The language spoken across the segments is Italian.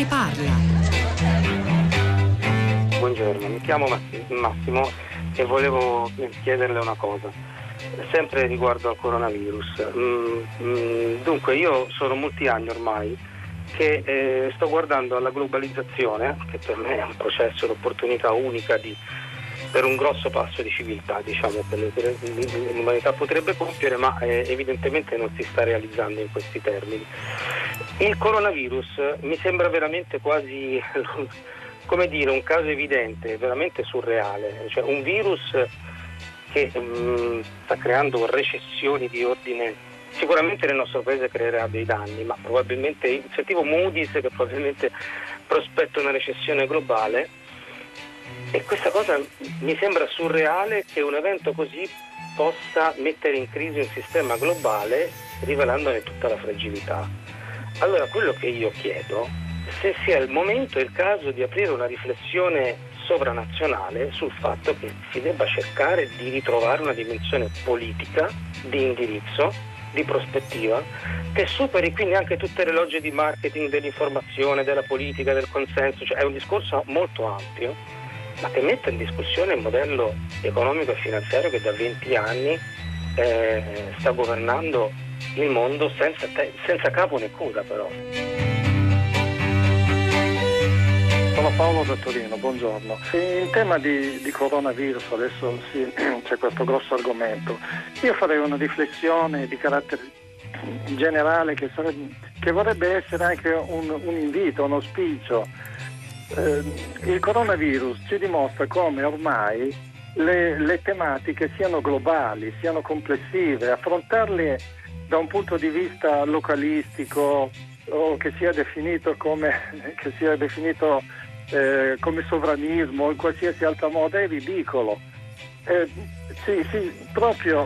ne parla. Buongiorno, mi chiamo Massimo e volevo chiederle una cosa, sempre riguardo al coronavirus. Dunque, io sono molti anni ormai che sto guardando alla globalizzazione, che per me è un processo, un'opportunità unica per un grosso passo di civiltà, diciamo, che l'umanità potrebbe compiere, ma evidentemente non si sta realizzando in questi termini. Il coronavirus mi sembra veramente quasi, come dire, un caso evidente, veramente surreale, cioè un virus che sta creando recessioni di ordine, sicuramente nel nostro paese creerà dei danni, ma probabilmente, sentivo Moody's che probabilmente prospetta una recessione globale. E questa cosa mi sembra surreale, che un evento così possa mettere in crisi un sistema globale, rivelandone tutta la fragilità. Allora, quello che io chiedo, se sia il momento e il caso di aprire una riflessione sovranazionale sul fatto che si debba cercare di ritrovare una dimensione politica, di indirizzo, di prospettiva, che superi quindi anche tutte le logiche di marketing, dell'informazione, della politica, del consenso. Cioè, è un discorso molto ampio, ma che mette in discussione il modello economico e finanziario che da 20 anni sta governando il mondo senza capo né coda, però. Sono Paolo da Torino, buongiorno. In tema di coronavirus adesso c'è questo grosso argomento. Io farei una riflessione di carattere generale che vorrebbe essere anche un invito, un auspicio. Il coronavirus ci dimostra come ormai le tematiche siano globali, siano complessive. Affrontarle da un punto di vista localistico o che sia definito come sovranismo o in qualsiasi altra modo è ridicolo. Proprio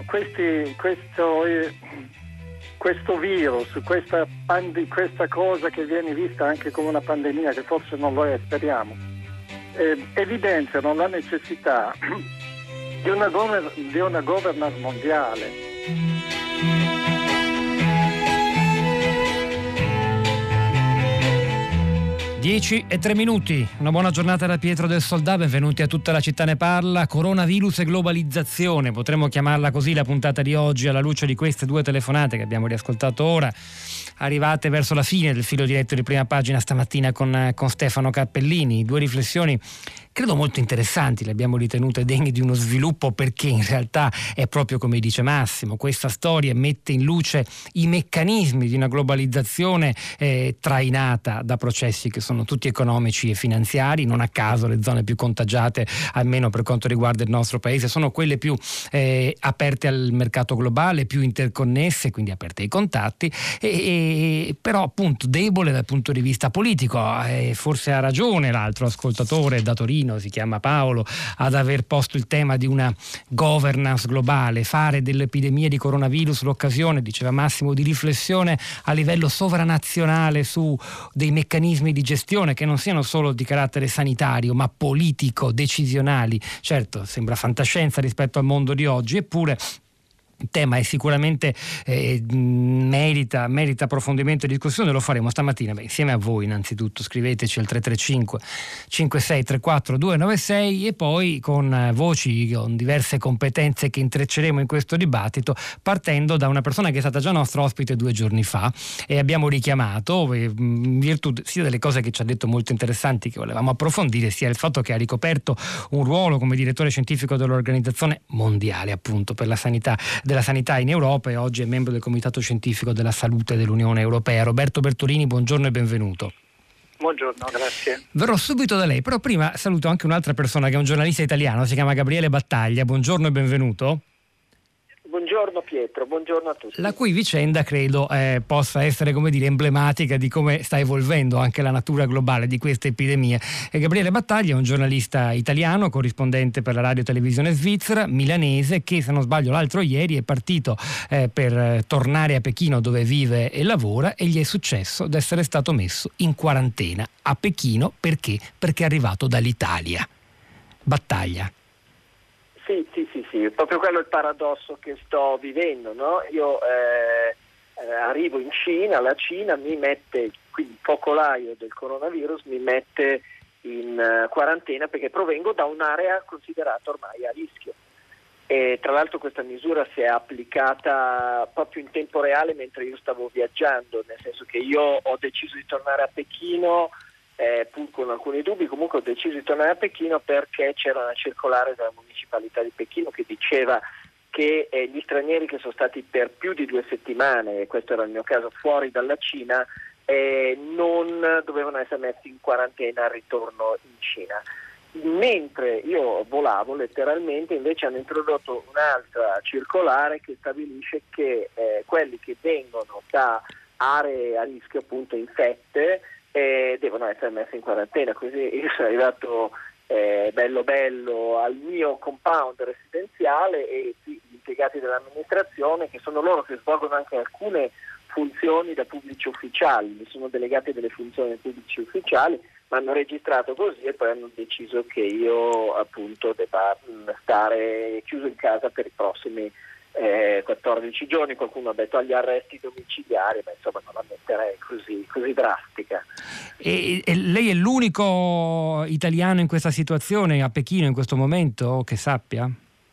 questo virus, questa cosa che viene vista anche come una pandemia, che forse non lo è, speriamo, evidenziano la necessità di una governance mondiale. 10:03. Una buona giornata da Pietro del Soldà, benvenuti a Tutta la città ne parla. Coronavirus e globalizzazione, potremmo chiamarla così la puntata di oggi, alla luce di queste due telefonate che abbiamo riascoltato ora, arrivate verso la fine del filo diretto di Prima Pagina stamattina con Stefano Cappellini. Due riflessioni credo molto interessanti, le abbiamo ritenute degne di uno sviluppo, perché in realtà è proprio come dice Massimo, questa storia mette in luce i meccanismi di una globalizzazione trainata da processi che sono tutti economici e finanziari. Non a caso le zone più contagiate, almeno per quanto riguarda il nostro paese, sono quelle più aperte al mercato globale, più interconnesse, quindi aperte ai contatti, però appunto debole dal punto di vista politico. Forse ha ragione l'altro ascoltatore da Torino, si chiama Paolo, ad aver posto il tema di una governance globale, fare dell'epidemia di coronavirus l'occasione, diceva Massimo, di riflessione a livello sovranazionale su dei meccanismi di gestione che non siano solo di carattere sanitario ma politico, decisionali. Certo, sembra fantascienza rispetto al mondo di oggi, eppure il tema è sicuramente merita approfondimento e discussione. Lo faremo stamattina insieme a voi. Innanzitutto scriveteci al 335 5634 296 e poi con voci con diverse competenze che intrecceremo in questo dibattito, partendo da una persona che è stata già nostra ospite 2 giorni fa e abbiamo richiamato in virtù sia delle cose che ci ha detto molto interessanti che volevamo approfondire, sia il fatto che ha ricoperto un ruolo come direttore scientifico dell'Organizzazione Mondiale appunto per la sanità in Europa, e oggi è membro del Comitato Scientifico della Salute dell'Unione Europea. Roberto Bertolini, buongiorno e benvenuto. Buongiorno, grazie. Verrò subito da lei, però prima saluto anche un'altra persona che è un giornalista italiano, si chiama Gabriele Battaglia. Buongiorno e benvenuto. Buongiorno Pietro, buongiorno a tutti. La cui vicenda credo possa essere, come dire, emblematica di come sta evolvendo anche la natura globale di questa epidemia. Gabriele Battaglia è un giornalista italiano, corrispondente per la radio e televisione svizzera, milanese, che se non sbaglio l'altro ieri è partito per tornare a Pechino dove vive e lavora, e gli è successo di essere stato messo in quarantena a Pechino perché è arrivato dall'Italia. Battaglia. Sì, proprio quello è il paradosso che sto vivendo, no? Io arrivo in Cina, la Cina mi mette, quindi il focolaio del coronavirus mi mette in quarantena perché provengo da un'area considerata ormai a rischio. E tra l'altro questa misura si è applicata proprio in tempo reale mentre io stavo viaggiando, nel senso che io ho deciso di tornare a Pechino, pur con alcuni dubbi, comunque ho deciso di tornare a Pechino perché c'era una circolare della municipalità di Pechino che diceva che gli stranieri che sono stati per più di 2 settimane, e questo era il mio caso, fuori dalla Cina, non dovevano essere messi in quarantena al ritorno in Cina. Mentre io volavo letteralmente invece hanno introdotto un'altra circolare che stabilisce che quelli che vengono da aree a rischio appunto infette devono essere messi in quarantena. Così io sono arrivato bello al mio compound residenziale e gli impiegati dell'amministrazione, che sono loro che svolgono anche alcune funzioni da pubblici ufficiali, mi sono delegati delle funzioni da pubblici ufficiali, mi hanno registrato così e poi hanno deciso che io appunto debba stare chiuso in casa per i prossimi 14 giorni. Qualcuno ha detto agli arresti domiciliari, ma insomma non la metterei così drastica. E lei è l'unico italiano in questa situazione a Pechino in questo momento, che sappia?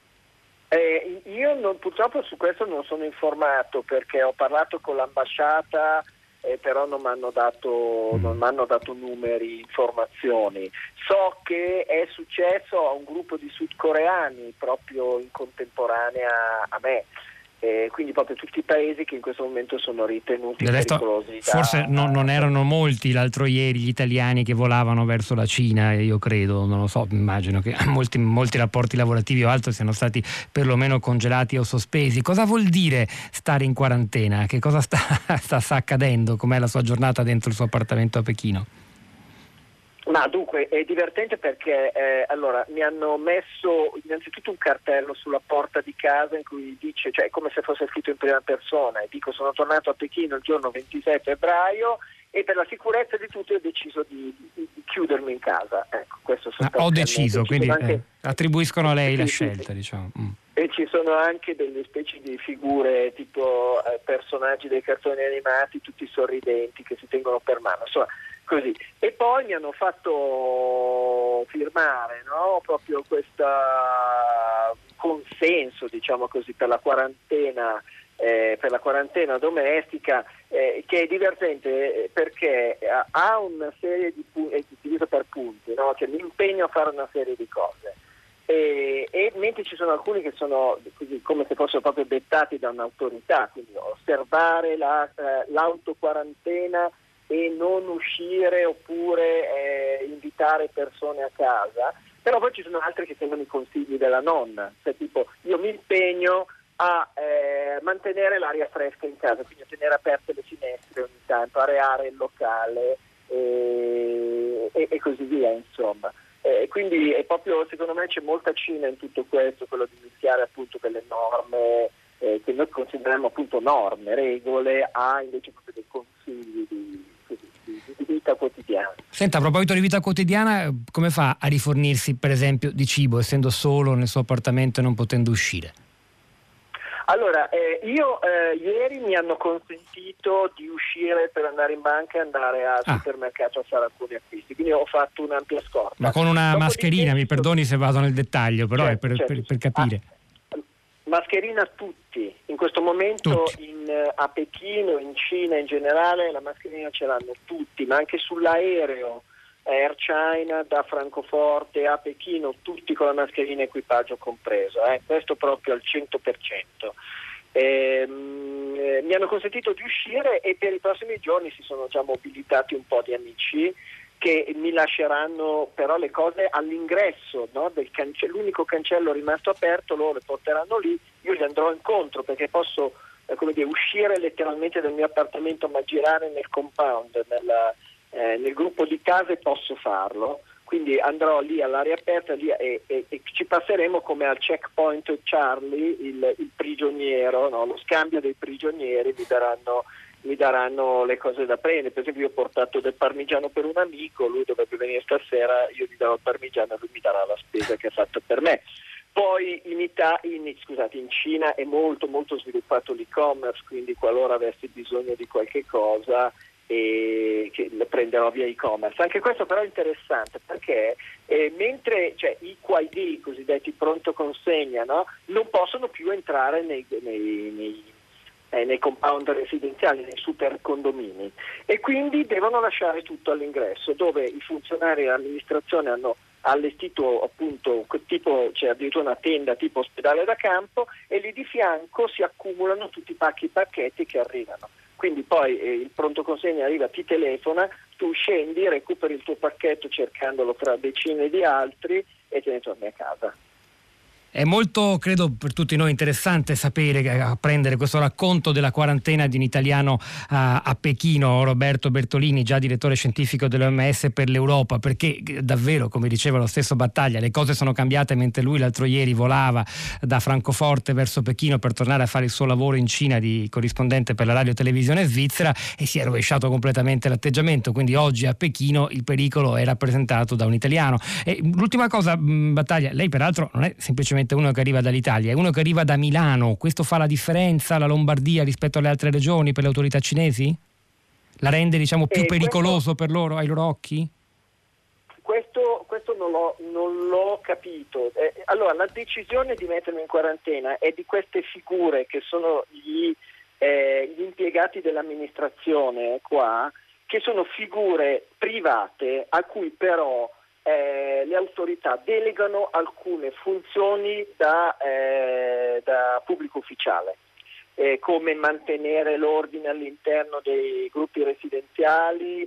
Io purtroppo su questo non sono informato perché ho parlato con l'ambasciata, però non mi hanno dato numeri, informazioni. So che è successo a un gruppo di sudcoreani proprio in contemporanea a me, quindi proprio tutti i paesi che in questo momento sono ritenuti pericolosi. Forse non erano molti l'altro ieri gli italiani che volavano verso la Cina, io credo, non lo so, immagino che molti rapporti lavorativi o altro siano stati perlomeno congelati o sospesi. Cosa vuol dire stare in quarantena? Che cosa sta accadendo? Com'è la sua giornata dentro il suo appartamento a Pechino? Ma dunque è divertente perché allora mi hanno messo innanzitutto un cartello sulla porta di casa in cui dice, cioè come se fosse scritto in prima persona, e dico sono tornato a Pechino il giorno 26 febbraio e per la sicurezza di tutti ho deciso di chiudermi in casa. Ecco, questo ho deciso, quindi anche, attribuiscono a lei la scelta, diciamo. E ci sono anche delle specie di figure tipo personaggi dei cartoni animati tutti sorridenti che si tengono per mano, insomma così. E poi mi hanno fatto firmare, no, proprio questo consenso, diciamo così, per la quarantena domestica, che è divertente perché ha una serie di punti, è diviso per punti, no? Cioè mi impegno a fare una serie di cose. E mentre ci sono alcuni che sono così, come se fossero proprio dettati da un'autorità, quindi osservare l'autoquarantena e non uscire oppure invitare persone a casa, però poi ci sono altri che sembrano i consigli della nonna, cioè tipo io mi impegno a mantenere l'aria fresca in casa, quindi a tenere aperte le finestre ogni tanto, areare il locale e così via, insomma. Quindi è proprio, secondo me c'è molta Cina in tutto questo, quello di iniziare appunto delle norme che noi consideriamo appunto norme, regole, a invece proprio dei consigli di vita quotidiana. Senta, a proposito di vita quotidiana, come fa a rifornirsi per esempio di cibo essendo solo nel suo appartamento e non potendo uscire? Allora, io ieri mi hanno consentito di uscire per andare in banca e andare al supermercato a fare alcuni acquisti, quindi ho fatto un'ampia scorta. Ma con una mascherina, mi perdoni se vado nel dettaglio, però certo, è per capire. Mascherina tutti, in questo momento a Pechino, in Cina in generale, la mascherina ce l'hanno tutti, ma anche sull'aereo Air China da Francoforte a Pechino, tutti con la mascherina equipaggio compreso, questo proprio al 100%. Mi hanno consentito di uscire e per i prossimi giorni si sono già mobilitati un po' di amici che mi lasceranno però le cose all'ingresso, no, l'unico cancello rimasto aperto, loro le porteranno lì, io gli andrò incontro perché posso uscire letteralmente dal mio appartamento ma girare nel compound, nel gruppo di case posso farlo, quindi andrò lì all'aria aperta lì e ci passeremo come al checkpoint Charlie il prigioniero, no? Lo scambio dei prigionieri, mi daranno le cose da prendere. Per esempio io ho portato del parmigiano per un amico, lui dovrebbe venire stasera, io gli darò il parmigiano e lui mi darà la spesa che ha fatto per me. Poi in Cina è molto molto sviluppato l'e-commerce, quindi qualora avessi bisogno di qualche cosa che lo prenderò via e-commerce. Anche questo però è interessante perché mentre i QID, i cosiddetti pronto consegna, no, non possono più entrare nei compound residenziali, nei super condomini, e quindi devono lasciare tutto all'ingresso, dove i funzionari dell'amministrazione hanno allestito appunto c'è addirittura una tenda tipo ospedale da campo, e lì di fianco si accumulano tutti i pacchetti che arrivano. Quindi poi il pronto consegna arriva, ti telefona, tu scendi, recuperi il tuo pacchetto cercandolo tra decine di altri e te ne torni a casa. È molto, credo, per tutti noi interessante sapere, apprendere questo racconto della quarantena di un italiano a Pechino, Roberto Bertolini, già direttore scientifico dell'OMS per l'Europa, perché davvero, come diceva lo stesso Battaglia, le cose sono cambiate mentre lui l'altro ieri volava da Francoforte verso Pechino per tornare a fare il suo lavoro in Cina di corrispondente per la radio televisione svizzera, e si è rovesciato completamente l'atteggiamento. Quindi oggi a Pechino il pericolo è rappresentato da un italiano. E l'ultima cosa, Battaglia, lei peraltro non è semplicemente uno che arriva dall'Italia, è uno che arriva da Milano. Questo fa la differenza, la Lombardia, rispetto alle altre regioni per le autorità cinesi? La rende, diciamo, più pericoloso per loro, ai loro occhi? Questo non l'ho capito. Allora, la decisione di mettermi in quarantena è di queste figure che sono gli impiegati dell'amministrazione qua, che sono figure private a cui però le autorità delegano alcune funzioni da pubblico ufficiale, come mantenere l'ordine all'interno dei gruppi residenziali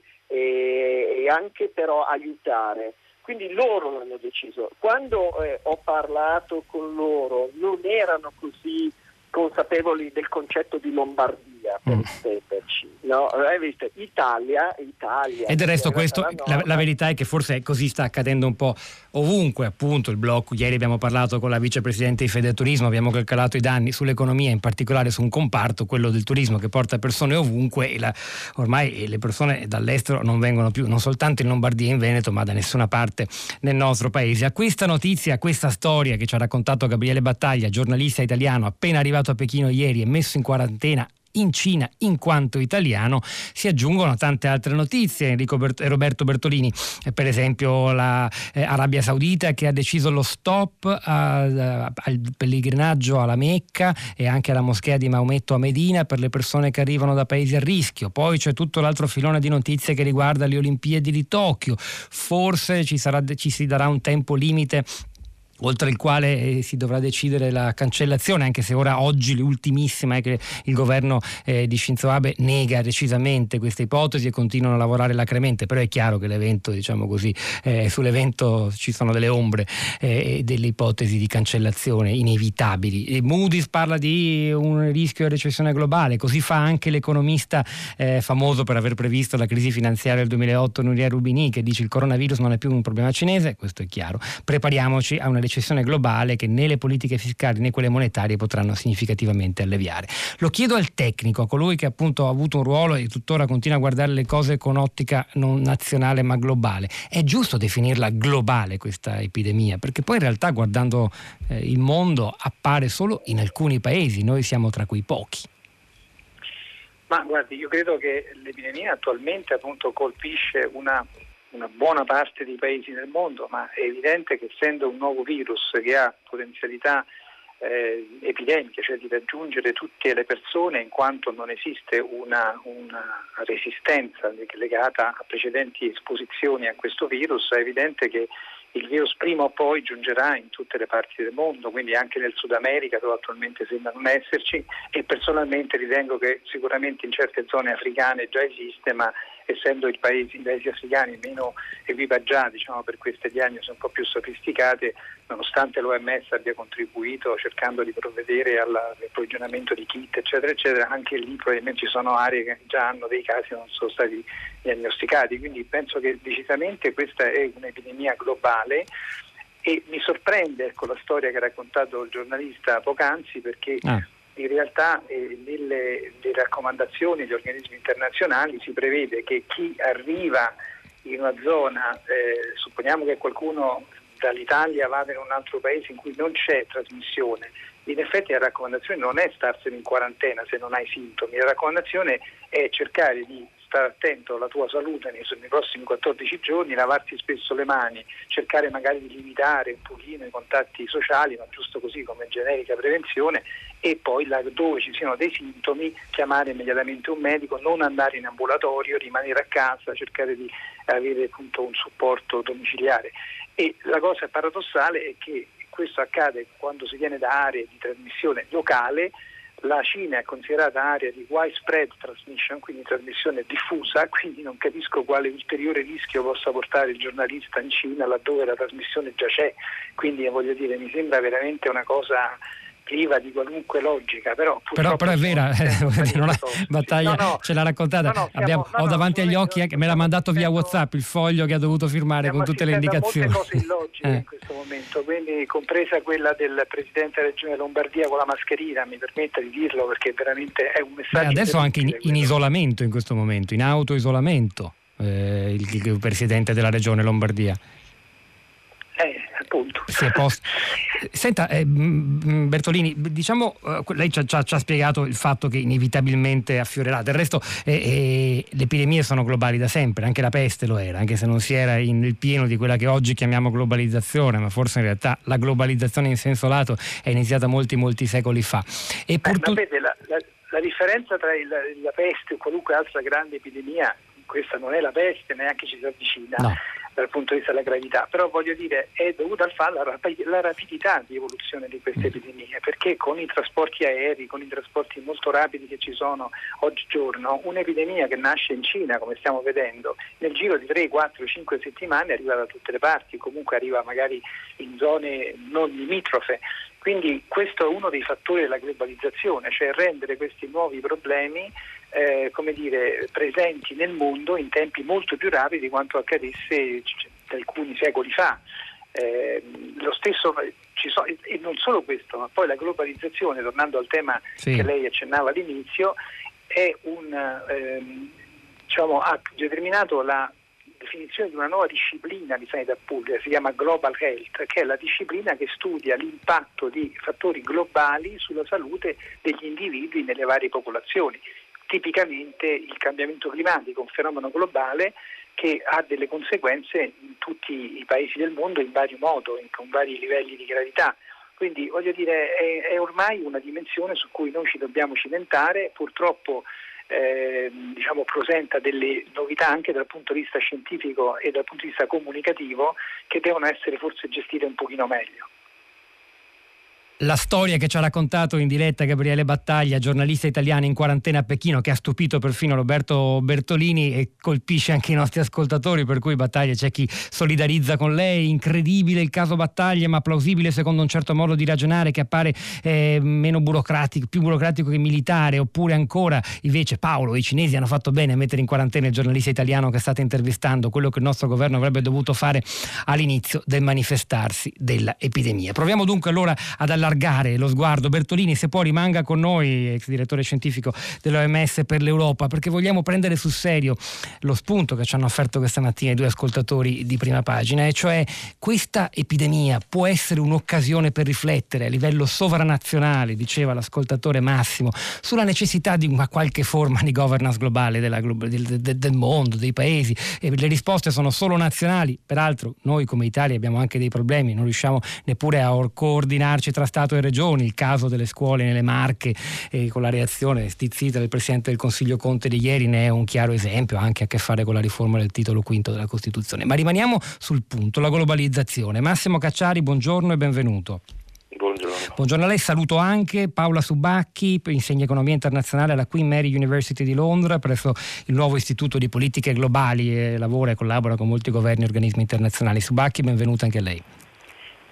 e anche però aiutare. Quindi loro l'hanno deciso. Quando ho parlato con loro non erano così consapevoli del concetto di Lombardia, per intenderci, no? Visto, Italia. E del resto questo, la verità è che forse così sta accadendo un po' ovunque, appunto il blocco. Ieri abbiamo parlato con la vicepresidente di Federturismo, abbiamo calcolato i danni sull'economia, in particolare su un comparto, quello del turismo, che porta persone ovunque, e ormai le persone dall'estero non vengono più, non soltanto in Lombardia e in Veneto, ma da nessuna parte nel nostro paese. A questa notizia, a questa storia che ci ha raccontato Gabriele Battaglia, giornalista italiano appena arrivato a Pechino ieri e messo in quarantena in Cina in quanto italiano, si aggiungono tante altre notizie. Enrico Roberto Bertolini, per esempio la Arabia Saudita che ha deciso lo stop al pellegrinaggio alla Mecca e anche alla moschea di Maometto a Medina per le persone che arrivano da paesi a rischio. Poi c'è tutto l'altro filone di notizie che riguarda le Olimpiadi di Tokyo. Forse ci si darà un tempo limite oltre il quale si dovrà decidere la cancellazione, anche se oggi l'ultimissima è che il governo di Shinzo Abe nega decisamente questa ipotesi e continuano a lavorare alacremente. Però è chiaro che l'evento, diciamo così, sull'evento ci sono delle ombre e delle ipotesi di cancellazione inevitabili. E Moody's parla di un rischio di recessione globale, così fa anche l'economista famoso per aver previsto la crisi finanziaria del 2008, Nouriel Roubini, che dice il coronavirus non è più un problema cinese. Questo è chiaro, prepariamoci a una recessione globale che né le politiche fiscali né quelle monetarie potranno significativamente alleviare. Lo chiedo al tecnico, a colui che appunto ha avuto un ruolo e tuttora continua a guardare le cose con ottica non nazionale ma globale. È giusto definirla globale questa epidemia? Perché poi in realtà, guardando il mondo, appare solo in alcuni paesi, noi siamo tra quei pochi. Ma guardi, io credo che l'epidemia attualmente appunto colpisce una buona parte dei paesi del mondo, ma è evidente che essendo un nuovo virus che ha potenzialità epidemiche, cioè di raggiungere tutte le persone, in quanto non esiste una resistenza legata a precedenti esposizioni a questo virus, è evidente che il virus prima o poi giungerà in tutte le parti del mondo, quindi anche nel Sud America, dove attualmente sembra non esserci, e personalmente ritengo che sicuramente in certe zone africane già esiste, ma essendo i paesi africani meno equipaggiati, diciamo, per queste diagnosi un po' più sofisticate, nonostante l'OMS abbia contribuito cercando di provvedere all'approvvigionamento di kit eccetera eccetera, anche lì probabilmente ci sono aree che già hanno dei casi che non sono stati diagnosticati, quindi penso che decisamente questa è un'epidemia globale. E mi sorprende la storia che ha raccontato il giornalista poc'anzi, perché in realtà nelle raccomandazioni degli organismi internazionali si prevede che chi arriva in una zona, supponiamo che qualcuno dall'Italia vada in un altro paese in cui non c'è trasmissione, in effetti la raccomandazione non è starsene in quarantena se non hai sintomi, la raccomandazione è cercare di stare attento alla tua salute nei prossimi 14 giorni, lavarsi spesso le mani, cercare magari di limitare un pochino i contatti sociali, ma giusto così come generica prevenzione, e poi laddove ci siano dei sintomi chiamare immediatamente un medico, non andare in ambulatorio, rimanere a casa, cercare di avere appunto un supporto domiciliare. E la cosa paradossale è che questo accade quando si viene da aree di trasmissione locale. La Cina è considerata area di widespread transmission, quindi trasmissione diffusa, quindi non capisco quale ulteriore rischio possa portare il giornalista in Cina laddove la trasmissione già c'è, quindi voglio dire, mi sembra veramente una cosa priva di qualunque logica, però è vera, Battaglia ce l'ha raccontata, ho davanti agli occhi, me l'ha mandato via WhatsApp il foglio che ha dovuto firmare con tutte le indicazioni. Molte cose illogiche in questo momento, quindi compresa quella del Presidente della Regione Lombardia con la mascherina, mi permetta di dirlo perché veramente è un messaggio. Adesso anche in isolamento in questo momento, in autoisolamento, il Presidente della Regione Lombardia. Appunto. Senta, Bertolini, diciamo, lei ci ha spiegato il fatto che inevitabilmente affiorerà. Del resto le epidemie sono globali da sempre, anche la peste lo era, anche se non si era nel pieno di quella che oggi chiamiamo globalizzazione, ma forse in realtà la globalizzazione in senso lato è iniziata molti secoli fa. E vede, la differenza tra la peste o qualunque altra grande epidemia, questa non è la peste, neanche ci si avvicina. No. Dal punto di vista della gravità, però voglio dire è dovuta alla rapidità di evoluzione di queste epidemie, perché con i trasporti aerei, con i trasporti molto rapidi che ci sono oggigiorno, un'epidemia che nasce in Cina, come stiamo vedendo, nel giro di 3, 4, 5 settimane arriva da tutte le parti, comunque arriva magari in zone non limitrofe. Quindi questo è uno dei fattori della globalizzazione, cioè rendere questi nuovi problemi presenti nel mondo in tempi molto più rapidi di quanto accadesse alcuni secoli fa. Lo stesso e non solo questo, ma poi la globalizzazione, tornando al tema che lei accennava all'inizio, ha determinato la definizione di una nuova disciplina di sanità pubblica, si chiama Global Health, che è la disciplina che studia l'impatto di fattori globali sulla salute degli individui nelle varie popolazioni. Tipicamente il cambiamento climatico, un fenomeno globale che ha delle conseguenze in tutti i paesi del mondo in vario modo, con vari livelli di gravità. Quindi voglio dire, è ormai una dimensione su cui noi ci dobbiamo cimentare, purtroppo presenta delle novità anche dal punto di vista scientifico e dal punto di vista comunicativo che devono essere forse gestite un pochino meglio. La storia che ci ha raccontato in diretta Gabriele Battaglia, giornalista italiano in quarantena a Pechino, che ha stupito perfino Roberto Bertolini e colpisce anche i nostri ascoltatori, per cui Battaglia c'è chi solidarizza con lei. Incredibile il caso Battaglia, ma plausibile secondo un certo modo di ragionare che appare meno burocratico, più burocratico che militare. Oppure ancora invece Paolo, i cinesi hanno fatto bene a mettere in quarantena il giornalista italiano che state intervistando, quello che il nostro governo avrebbe dovuto fare all'inizio del manifestarsi dell'epidemia. Proviamo dunque allora ad allargare lo sguardo. Bertolini, se può, rimanga con noi, ex direttore scientifico dell'OMS per l'Europa, perché vogliamo prendere sul serio lo spunto che ci hanno offerto questa mattina i due ascoltatori di Prima Pagina, e cioè questa epidemia può essere un'occasione per riflettere a livello sovranazionale, diceva l'ascoltatore Massimo, sulla necessità di una qualche forma di governance globale del mondo, dei paesi. E le risposte sono solo nazionali. Peraltro noi come Italia abbiamo anche dei problemi, non riusciamo neppure a coordinarci tra Stato e Regioni. Il caso delle scuole nelle Marche, con la reazione stizzita del Presidente del Consiglio Conte di ieri, ne è un chiaro esempio, anche a che fare con la riforma del titolo quinto della Costituzione. Ma rimaniamo sul punto, la globalizzazione. Massimo Cacciari, buongiorno e benvenuto. Buongiorno a lei, saluto anche Paola Subacchi, insegna economia internazionale alla Queen Mary University di Londra presso il nuovo Istituto di Politiche Globali, e lavora e collabora con molti governi e organismi internazionali. Subacchi, benvenuta anche a lei.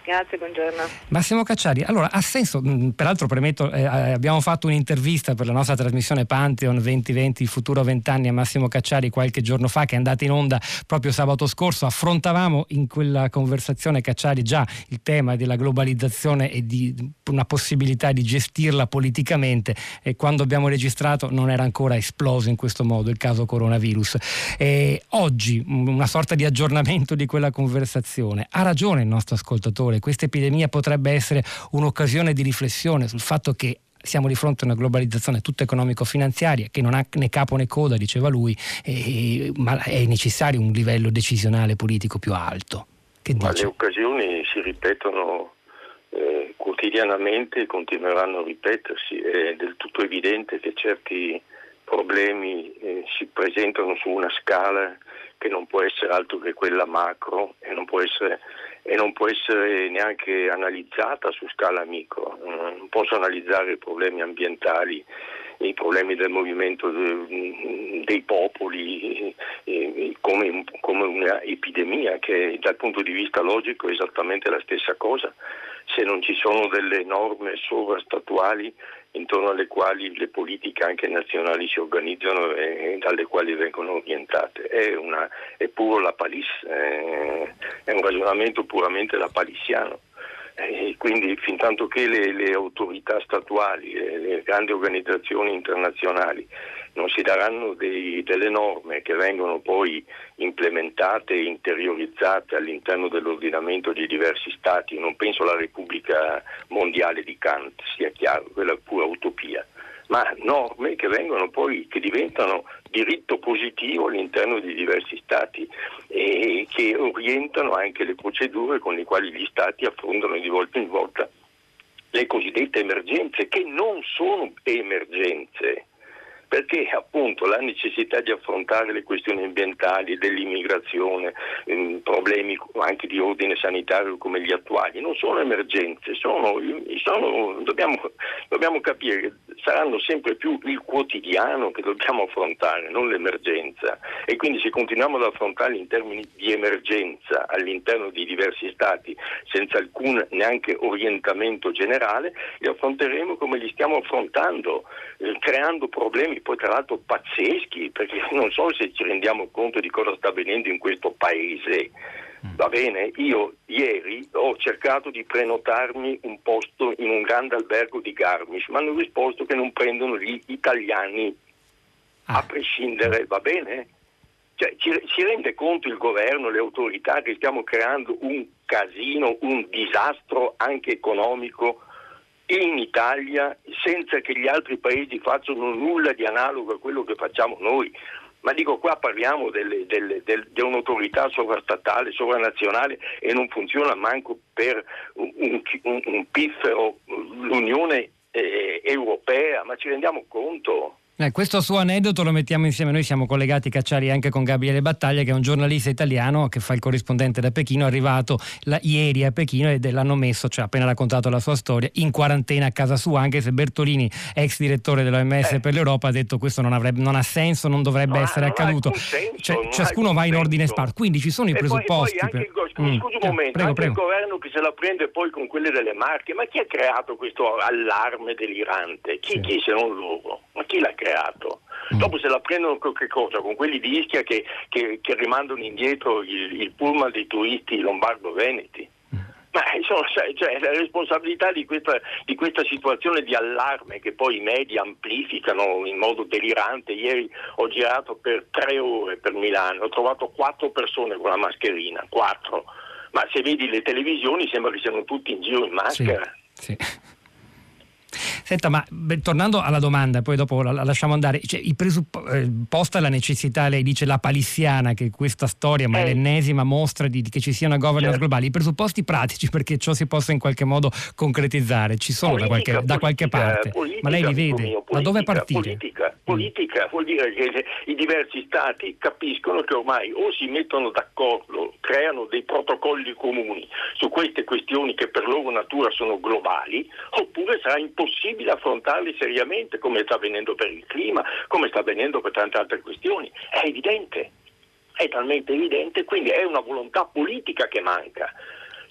Grazie, buongiorno. Massimo Cacciari, allora ha senso, peraltro premetto, abbiamo fatto un'intervista per la nostra trasmissione Pantheon 2020, il futuro 20 anni a Massimo Cacciari qualche giorno fa, che è andata in onda proprio sabato scorso. Affrontavamo in quella conversazione, Cacciari, già il tema della globalizzazione e di una possibilità di gestirla politicamente, e quando abbiamo registrato non era ancora esploso in questo modo il caso coronavirus. Oggi una sorta di aggiornamento di quella conversazione. Ha ragione il nostro ascoltatore, questa epidemia potrebbe essere un'occasione di riflessione sul fatto che siamo di fronte a una globalizzazione tutta economico-finanziaria che non ha né capo né coda, diceva lui, ma è necessario un livello decisionale politico più alto. Che dice? Ma le occasioni si ripetono quotidianamente e continueranno a ripetersi. È del tutto evidente che certi problemi si presentano su una scala che non può essere altro che quella macro e non può essere neanche analizzata su scala micro. Non posso analizzare i problemi ambientali, i problemi del movimento dei popoli come una epidemia, che dal punto di vista logico è esattamente la stessa cosa, se non ci sono delle norme sovrastatuali intorno alle quali le politiche anche nazionali si organizzano e dalle quali vengono orientate. È puro è un ragionamento puramente lapalissiano. Quindi fin tanto che le autorità statuali, le grandi organizzazioni internazionali non si daranno delle norme che vengono poi implementate e interiorizzate all'interno dell'ordinamento di diversi stati, non penso alla Repubblica Mondiale di Kant, sia chiaro, quella è pura utopia, ma norme che diventano diritto positivo all'interno di diversi stati e che orientano anche le procedure con le quali gli stati affrontano di volta in volta le cosiddette emergenze, che non sono emergenze, perché appunto la necessità di affrontare le questioni ambientali, dell'immigrazione, problemi anche di ordine sanitario come gli attuali, non sono emergenze, dobbiamo capire che saranno sempre più il quotidiano che dobbiamo affrontare, non l'emergenza, e quindi se continuiamo ad affrontarli in termini di emergenza all'interno di diversi stati senza alcun neanche orientamento generale, li affronteremo come li stiamo affrontando, creando problemi poi tra l'altro pazzeschi, perché non so se ci rendiamo conto di cosa sta avvenendo in questo paese. Va bene, io ieri ho cercato di prenotarmi un posto in un grande albergo di Garmisch, ma hanno risposto che non prendono gli italiani, a prescindere, va bene? Cioè, si rende conto il governo, le autorità, che stiamo creando un casino, un disastro anche economico in Italia senza che gli altri paesi facciano nulla di analogo a quello che facciamo noi? Ma dico, qua parliamo di un'autorità sovrastatale, sovranazionale, e non funziona manco per un piffero l'Unione Europea, ma ci rendiamo conto? Questo suo aneddoto lo mettiamo insieme, noi siamo collegati, Cacciari, anche con Gabriele Battaglia, che è un giornalista italiano che fa il corrispondente da Pechino, è arrivato ieri a Pechino e l'hanno messo, cioè ha appena raccontato la sua storia, in quarantena a casa sua, anche se Bertolini, ex direttore dell'OMS per l'Europa, ha detto questo non ha senso, non dovrebbe essere accaduto. Ciascuno va in ordine sparso, quindi ci sono i presupposti. Scusi un momento, prego. Il governo che se la prende poi con quelle delle Marche, ma chi ha creato questo allarme delirante? Chi se non loro? Ma chi l'ha creato? Dopo se la prendono con che cosa? Con quelli di Ischia che rimandano indietro il pullman dei turisti lombardo-veneti? Ma cioè, la responsabilità di questa situazione di allarme che poi i media amplificano in modo delirante. Ieri ho girato per 3 ore per Milano, ho trovato 4 persone con la mascherina, 4. Ma se vedi le televisioni sembra che siano tutti in giro in maschera. Sì. Senta, ma tornando alla domanda, poi dopo la lasciamo andare, cioè, posta la necessità, lei dice la palissiana, che questa storia ma è l'ennesima mostra che ci sia una governance globale, i presupposti pratici perché ciò si possa in qualche modo concretizzare ci sono da qualche parte, ma lei li vede? Da dove partire? Politica vuol dire che i diversi stati capiscono che ormai o si mettono d'accordo, creano dei protocolli comuni su queste questioni che per loro natura sono globali, oppure sarà impossibile affrontarli seriamente, come sta avvenendo per il clima, come sta avvenendo per tante altre questioni. È evidente, è talmente evidente, quindi è una volontà politica che manca.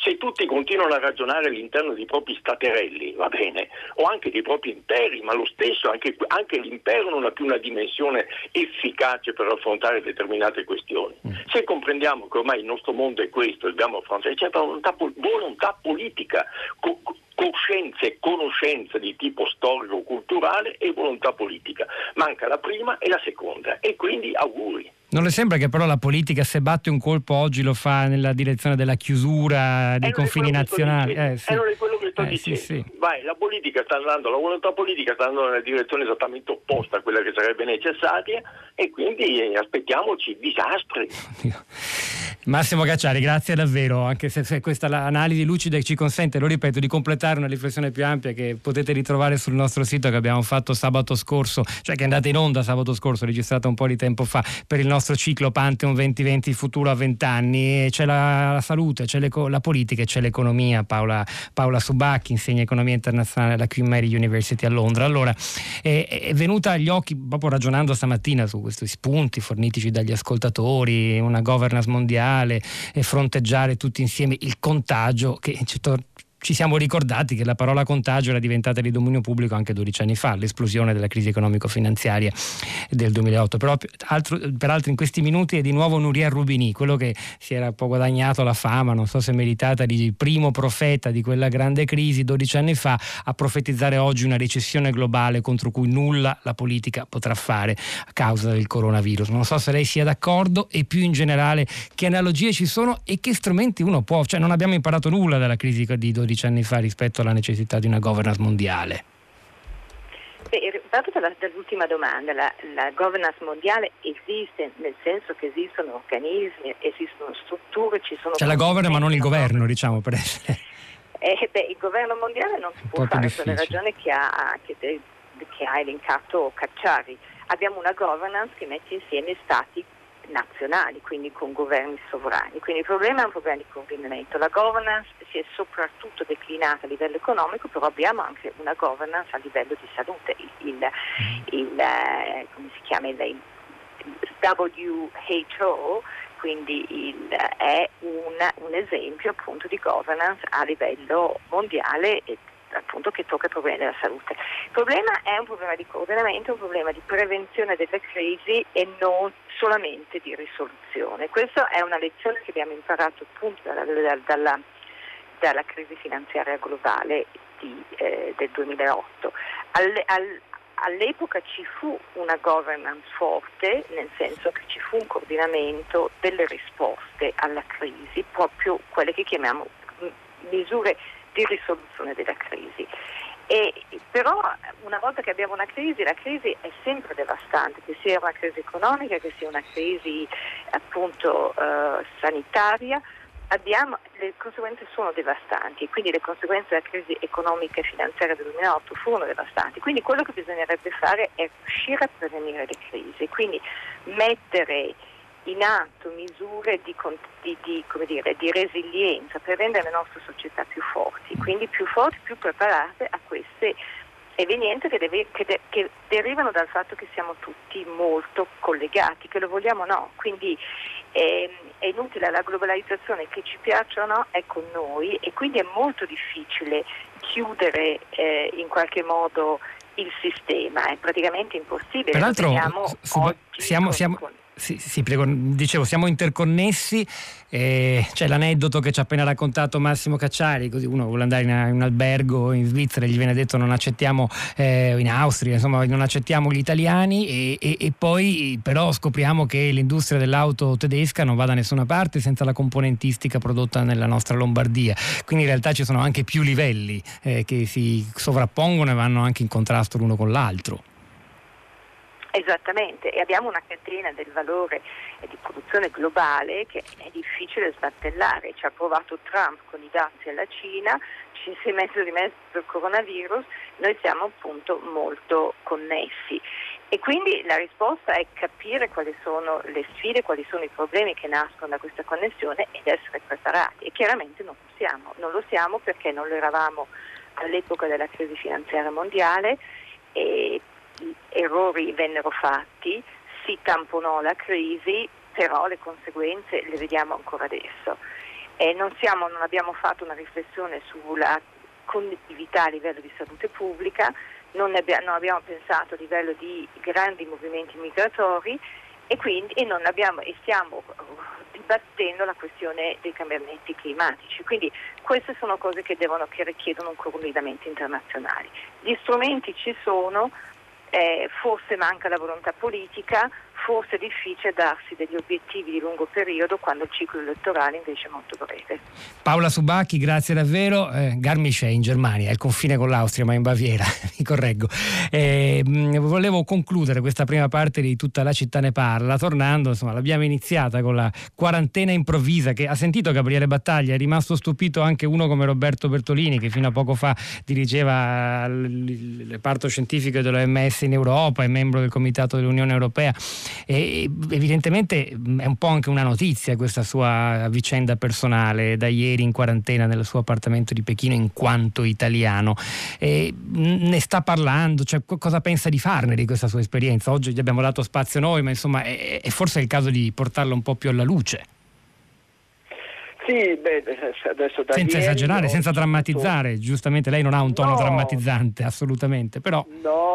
Se tutti continuano a ragionare all'interno dei propri staterelli, va bene, o anche dei propri imperi, ma lo stesso, anche l'impero non ha più una dimensione efficace per affrontare determinate questioni. Se comprendiamo che ormai il nostro mondo è questo, dobbiamo affrontare, c'è volontà politica, coscienza e conoscenza di tipo storico-culturale e volontà politica. Manca la prima e la seconda, e quindi auguri. Non le sembra che però la politica, se batte un colpo oggi, lo fa nella direzione della chiusura dei confini nazionali? Sì. Non è quello che sto dicendo. Sì. Vai, la volontà politica sta andando nella direzione esattamente opposta a quella che sarebbe necessaria, e quindi aspettiamoci disastri. Oddio. Massimo Cacciari, grazie davvero, anche se questa l'analisi lucida ci consente, lo ripeto, di completare una riflessione più ampia che potete ritrovare sul nostro sito, che abbiamo fatto sabato scorso, cioè che è andata in onda sabato scorso, registrata un po' di tempo fa, per il nostro ciclo Pantheon 2020, futuro a 20 anni. C'è la salute, c'è la politica e c'è l'economia. Paola Subacchi insegna economia internazionale alla Queen Mary University a Londra. Allora, è venuta agli occhi, proprio ragionando stamattina su questi spunti fornitici dagli ascoltatori, una governance mondiale e fronteggiare tutti insieme il contagio, che ci siamo ricordati che la parola contagio era diventata di dominio pubblico anche 12 anni fa, l'esplosione della crisi economico-finanziaria del 2008. Però peraltro in questi minuti è di nuovo Nouriel Roubini, quello che si era un po' guadagnato la fama, non so se meritata, di primo profeta di quella grande crisi 12 anni fa, a profetizzare oggi una recessione globale contro cui nulla la politica potrà fare a causa del coronavirus. Non so se lei sia d'accordo, e più in generale che analogie ci sono e che strumenti uno può, cioè non abbiamo imparato nulla dalla crisi di 12 anni fa rispetto alla necessità di una governance mondiale. Parto dall'ultima domanda. La governance mondiale esiste, nel senso che esistono organismi, esistono strutture, ci sono... C'è la governance ma non il governo, diciamo, per essere... il governo mondiale non si può fare per le ragioni che ha elencato Cacciari. Abbiamo una governance che mette insieme stati nazionali, quindi con governi sovrani. Quindi il problema è un problema di coordinamento. La governance si è soprattutto declinata a livello economico, però abbiamo anche una governance a livello di salute. Come si chiama? Il WHO, quindi è un esempio appunto di governance a livello mondiale, appunto, che tocca il problema della salute. Il problema è un problema di coordinamento, un problema di prevenzione delle crisi e non solamente di risoluzione. Questa è una lezione che abbiamo imparato appunto dalla crisi finanziaria globale del 2008. All'epoca ci fu una governance forte, nel senso che ci fu un coordinamento delle risposte alla crisi, proprio quelle che chiamiamo misure di risoluzione della crisi. Però una volta che abbiamo una crisi, la crisi è sempre devastante, che sia una crisi economica, che sia una crisi appunto sanitaria, le conseguenze sono devastanti, quindi le conseguenze della crisi economica e finanziaria del 2008 furono devastanti. Quindi quello che bisognerebbe fare è riuscire a prevenire le crisi, quindi mettere in atto misure di resilienza per rendere le nostre società più forti, quindi più forti, più preparate a queste evenienze che derivano dal fatto che siamo tutti molto collegati, che lo vogliamo o no. Quindi è inutile, la globalizzazione, che ci piaccia o no, è con noi, e quindi è molto difficile chiudere in qualche modo il sistema, è praticamente impossibile. Peraltro siamo interconnessi, c'è l'aneddoto che ci ha appena raccontato Massimo Cacciari, così uno vuole andare in un albergo in Svizzera e gli viene detto non accettiamo, in Austria insomma non accettiamo gli italiani, e poi però scopriamo che l'industria dell'auto tedesca non va da nessuna parte senza la componentistica prodotta nella nostra Lombardia, quindi in realtà ci sono anche più livelli che si sovrappongono e vanno anche in contrasto l'uno con l'altro. Esattamente, e abbiamo una catena del valore di produzione globale che è difficile sbattellare. Ci ha provato Trump con i dazi alla Cina, ci si è messo di mezzo il coronavirus, noi siamo appunto molto connessi, e quindi la risposta è capire quali sono le sfide, quali sono i problemi che nascono da questa connessione ed essere preparati, e chiaramente non lo siamo perché non lo eravamo all'epoca della crisi finanziaria mondiale, e errori vennero fatti, si tamponò la crisi, però le conseguenze le vediamo ancora adesso. Non abbiamo fatto una riflessione sulla connettività a livello di salute pubblica, non abbiamo pensato a livello di grandi movimenti migratori e stiamo dibattendo la questione dei cambiamenti climatici. Quindi queste sono cose che richiedono un coordinamento internazionale. Gli strumenti ci sono, forse manca la volontà politica, forse è difficile darsi degli obiettivi di lungo periodo quando il ciclo elettorale invece è molto breve. Paola Subacchi, grazie davvero. Garmisch è in Germania, è il confine con l'Austria, ma in Baviera, mi correggo. Volevo concludere questa prima parte di Tutta la città ne parla, tornando, insomma, l'abbiamo iniziata con la quarantena improvvisa, che ha sentito Gabriele Battaglia, è rimasto stupito anche uno come Roberto Bertolini, che fino a poco fa dirigeva il reparto scientifico dell'OMS in Europa, è membro del Comitato dell'Unione Europea. E evidentemente è un po' anche una notizia questa sua vicenda personale, da ieri in quarantena nel suo appartamento di Pechino in quanto italiano. Ne sta parlando, cioè cosa pensa di farne di questa sua esperienza? Oggi gli abbiamo dato spazio noi, ma insomma è forse il caso di portarla un po' più alla luce. Sì, adesso da senza ieri, esagerare, senza drammatizzare, giustamente lei non ha un tono drammatizzante, assolutamente, però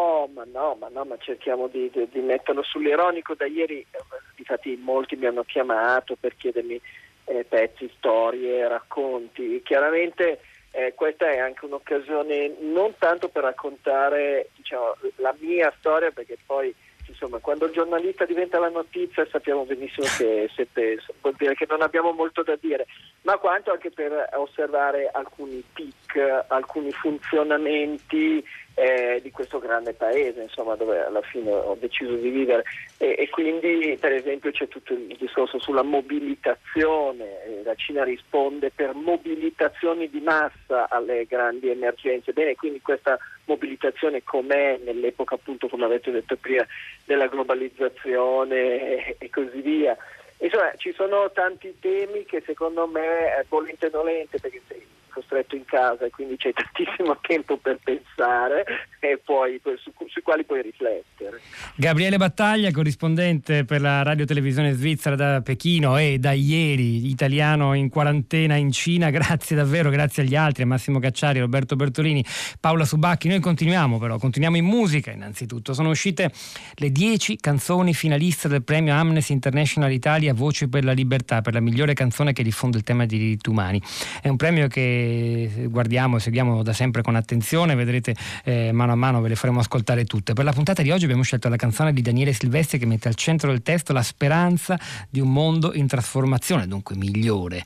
ma cerchiamo di metterlo sull'ironico. Da ieri infatti molti mi hanno chiamato per chiedermi pezzi, storie, racconti. Chiaramente questa è anche un'occasione non tanto per raccontare, diciamo, la mia storia, perché poi insomma quando il giornalista diventa la notizia sappiamo benissimo che vuol dire che non abbiamo molto da dire, ma quanto anche per osservare alcuni alcuni funzionamenti di questo grande paese, insomma, dove alla fine ho deciso di vivere, e quindi per esempio c'è tutto il discorso sulla mobilitazione. La Cina risponde per mobilitazioni di massa alle grandi emergenze. Bene, quindi questa mobilitazione com'è nell'epoca, appunto, come avete detto prima, della globalizzazione e così via. Insomma, ci sono tanti temi che secondo me, volente o nolente, perché sei costretto in casa e quindi c'è tantissimo tempo per pensare e poi sui quali puoi riflettere. Gabriele Battaglia, corrispondente per la radio televisione svizzera da Pechino e da ieri italiano in quarantena in Cina, grazie davvero, grazie agli altri, a Massimo Cacciari, Roberto Bertolini, Paola Subacchi. Noi continuiamo in musica innanzitutto. Sono uscite le 10 canzoni finaliste del premio Amnesty International Italia Voci per la Libertà per la migliore canzone che diffonde il tema dei diritti umani. È un premio che guardiamo e seguiamo da sempre con attenzione, vedrete mano a mano ve le faremo ascoltare tutte. Per la puntata di oggi abbiamo scelto la canzone di Daniele Silvestri che mette al centro del testo la speranza di un mondo in trasformazione, dunque migliore.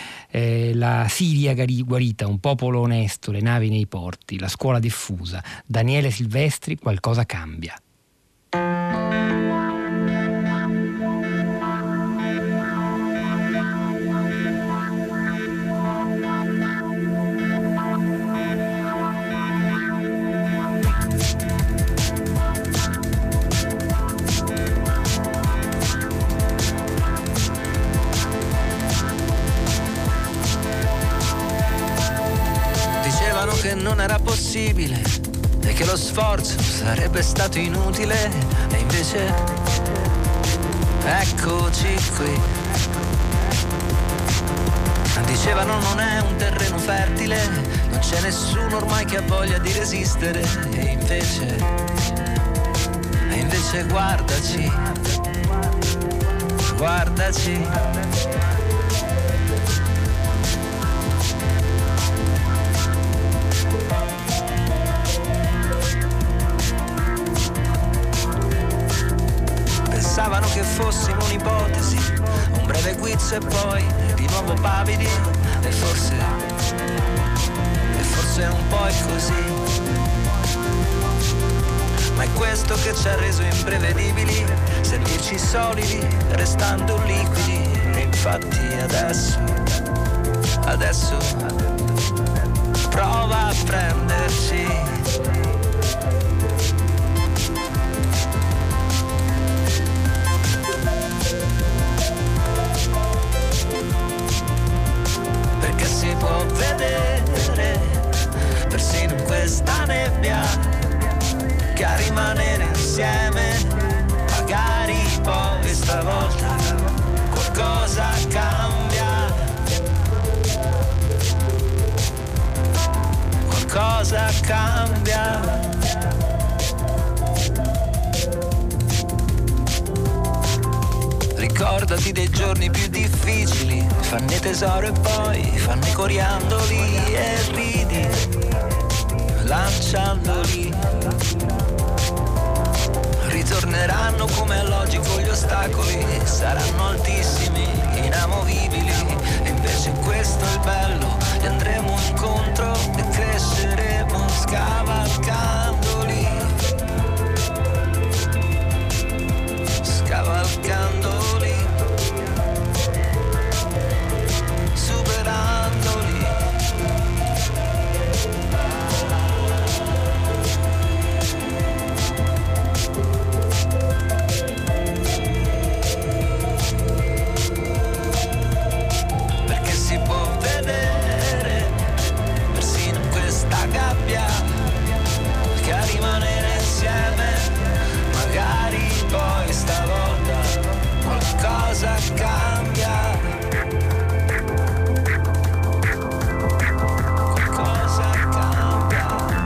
La Siria guarita, un popolo onesto, le navi nei porti, la scuola diffusa. Daniele Silvestri, qualcosa cambia. Che non era possibile e che lo sforzo sarebbe stato inutile, e invece eccoci qui. Dicevano non è un terreno fertile, non c'è nessuno ormai che ha voglia di resistere, e invece guardaci. Pensavano che fossimo un'ipotesi, un breve guizzo e poi di nuovo pavidi, e forse un po' è così. Ma è questo che ci ha reso imprevedibili, sentirci solidi, restando liquidi. E infatti adesso prova a prenderci. Si può vedere persino in questa nebbia che a rimanere insieme magari poi stavolta qualcosa cambia. qualcosa cambia. Ricordati dei giorni più difficili, fanne tesoro e poi fanne coriandoli e ridi, lanciandoli. Ritorneranno come è logico gli ostacoli, saranno altissimi, inamovibili, e invece questo è il bello, gli andremo incontro e cresceremo scavalcandoli, scavalcandoli, superandoli. Perché si può vedere persino in questa gabbia che a rimanere insieme magari poi stavolta qualcosa cambia. Qualcosa cambia.